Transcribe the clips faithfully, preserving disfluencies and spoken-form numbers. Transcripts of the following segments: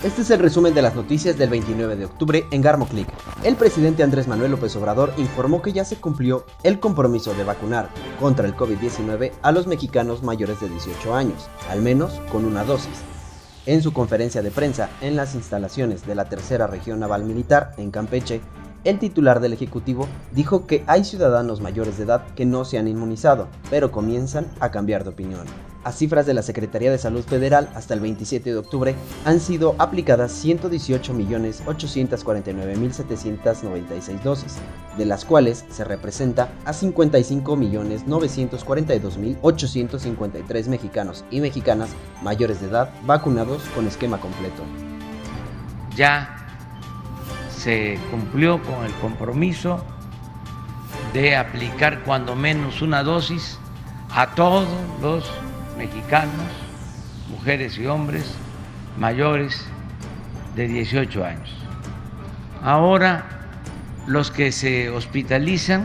Este es el resumen de las noticias del veintinueve de octubre en GarmoClick. El presidente Andrés Manuel López Obrador informó que ya se cumplió el compromiso de vacunar contra el COVID diecinueve a los mexicanos mayores de dieciocho años, al menos con una dosis. En su conferencia de prensa en las instalaciones de la Tercera Región Naval Militar en Campeche, el titular del Ejecutivo dijo que hay ciudadanos mayores de edad que no se han inmunizado, pero comienzan a cambiar de opinión. A cifras de la Secretaría de Salud Federal, hasta el veintisiete de octubre han sido aplicadas ciento dieciocho millones ochocientos cuarenta y nueve mil setecientos noventa y seis dosis, de las cuales se representa a cincuenta y cinco millones novecientos cuarenta y dos mil ochocientos cincuenta y tres mexicanos y mexicanas mayores de edad vacunados con esquema completo. Ya se cumplió con el compromiso de aplicar cuando menos una dosis a todos los mexicanos, mujeres y hombres mayores de dieciocho años. Ahora, los que se hospitalizan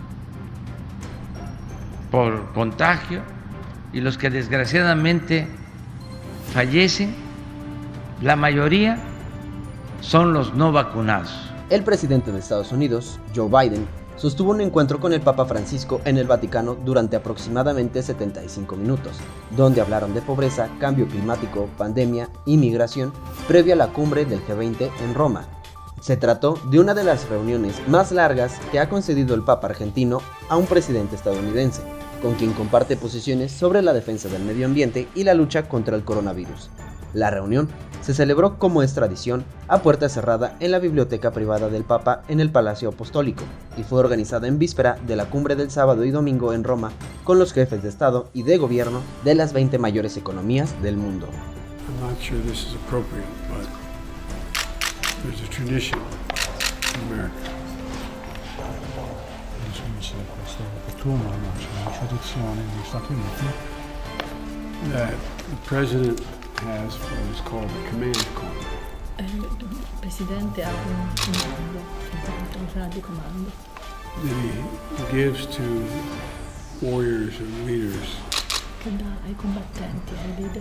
por contagio y los que desgraciadamente fallecen, la mayoría son los no vacunados. El presidente de Estados Unidos, Joe Biden, sostuvo un encuentro con el Papa Francisco en el Vaticano durante aproximadamente setenta y cinco minutos, donde hablaron de pobreza, cambio climático, pandemia y migración, previo a la cumbre del G veinte en Roma. Se trató de una de las reuniones más largas que ha concedido el Papa argentino a un presidente estadounidense, con quien comparte posiciones sobre la defensa del medio ambiente y la lucha contra el coronavirus. La reunión se celebró, como es tradición, a puerta cerrada en la biblioteca privada del Papa en el Palacio Apostólico y fue organizada en víspera de la cumbre del sábado y domingo en Roma con los jefes de Estado y de Gobierno de las veinte mayores economías del mundo. Has what is called a command call. El presidente ha un comando, un plan di comando. That he gives to warriors and leaders. Che dà ai combattenti, ai leader.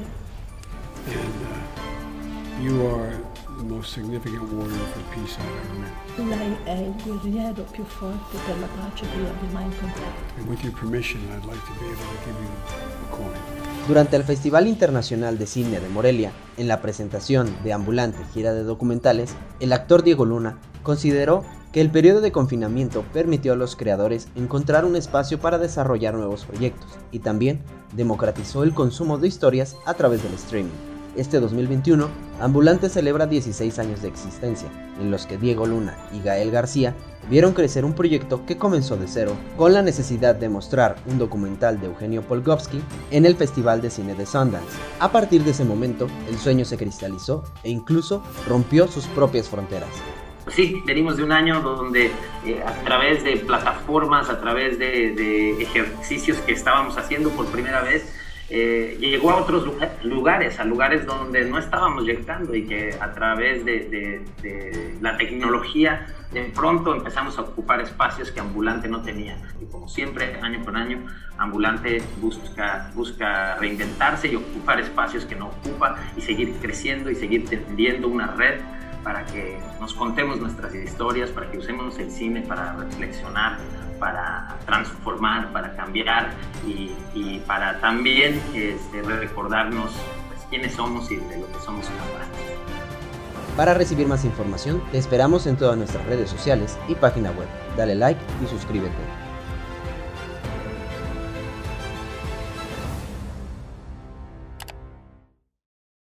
And uh, you are the most significant warrior for peace I've ever met. Lei è il guerriero più forte per la pace che abbia mai incontrato. And with your permission, I'd like to be able to give you the coin. Durante el Festival Internacional de Cine de Morelia, en la presentación de Ambulante Gira de Documentales, el actor Diego Luna consideró que el periodo de confinamiento permitió a los creadores encontrar un espacio para desarrollar nuevos proyectos y también democratizó el consumo de historias a través del streaming. Este dos mil veintiuno, Ambulante celebra dieciséis años de existencia, en los que Diego Luna y Gael García vieron crecer un proyecto que comenzó de cero, con la necesidad de mostrar un documental de Eugenio Polgovsky en el Festival de Cine de Sundance. A partir de ese momento, el sueño se cristalizó e incluso rompió sus propias fronteras. Sí, venimos de un año donde eh, a través de plataformas, a través de, de ejercicios que estábamos haciendo por primera vez, Eh, llegó a otros lugares, a lugares donde no estábamos llegando y que a través de, de, de la tecnología de pronto empezamos a ocupar espacios que Ambulante no tenía. Y como siempre, año con año, Ambulante busca, busca reinventarse y ocupar espacios que no ocupa y seguir creciendo y seguir tendiendo una red para que nos contemos nuestras historias, para que usemos el cine para reflexionar, para transformar, para cambiar y, y para también este, recordarnos pues, quiénes somos y de lo que somos capaces. Para recibir más información, te esperamos en todas nuestras redes sociales y página web. Dale like y suscríbete.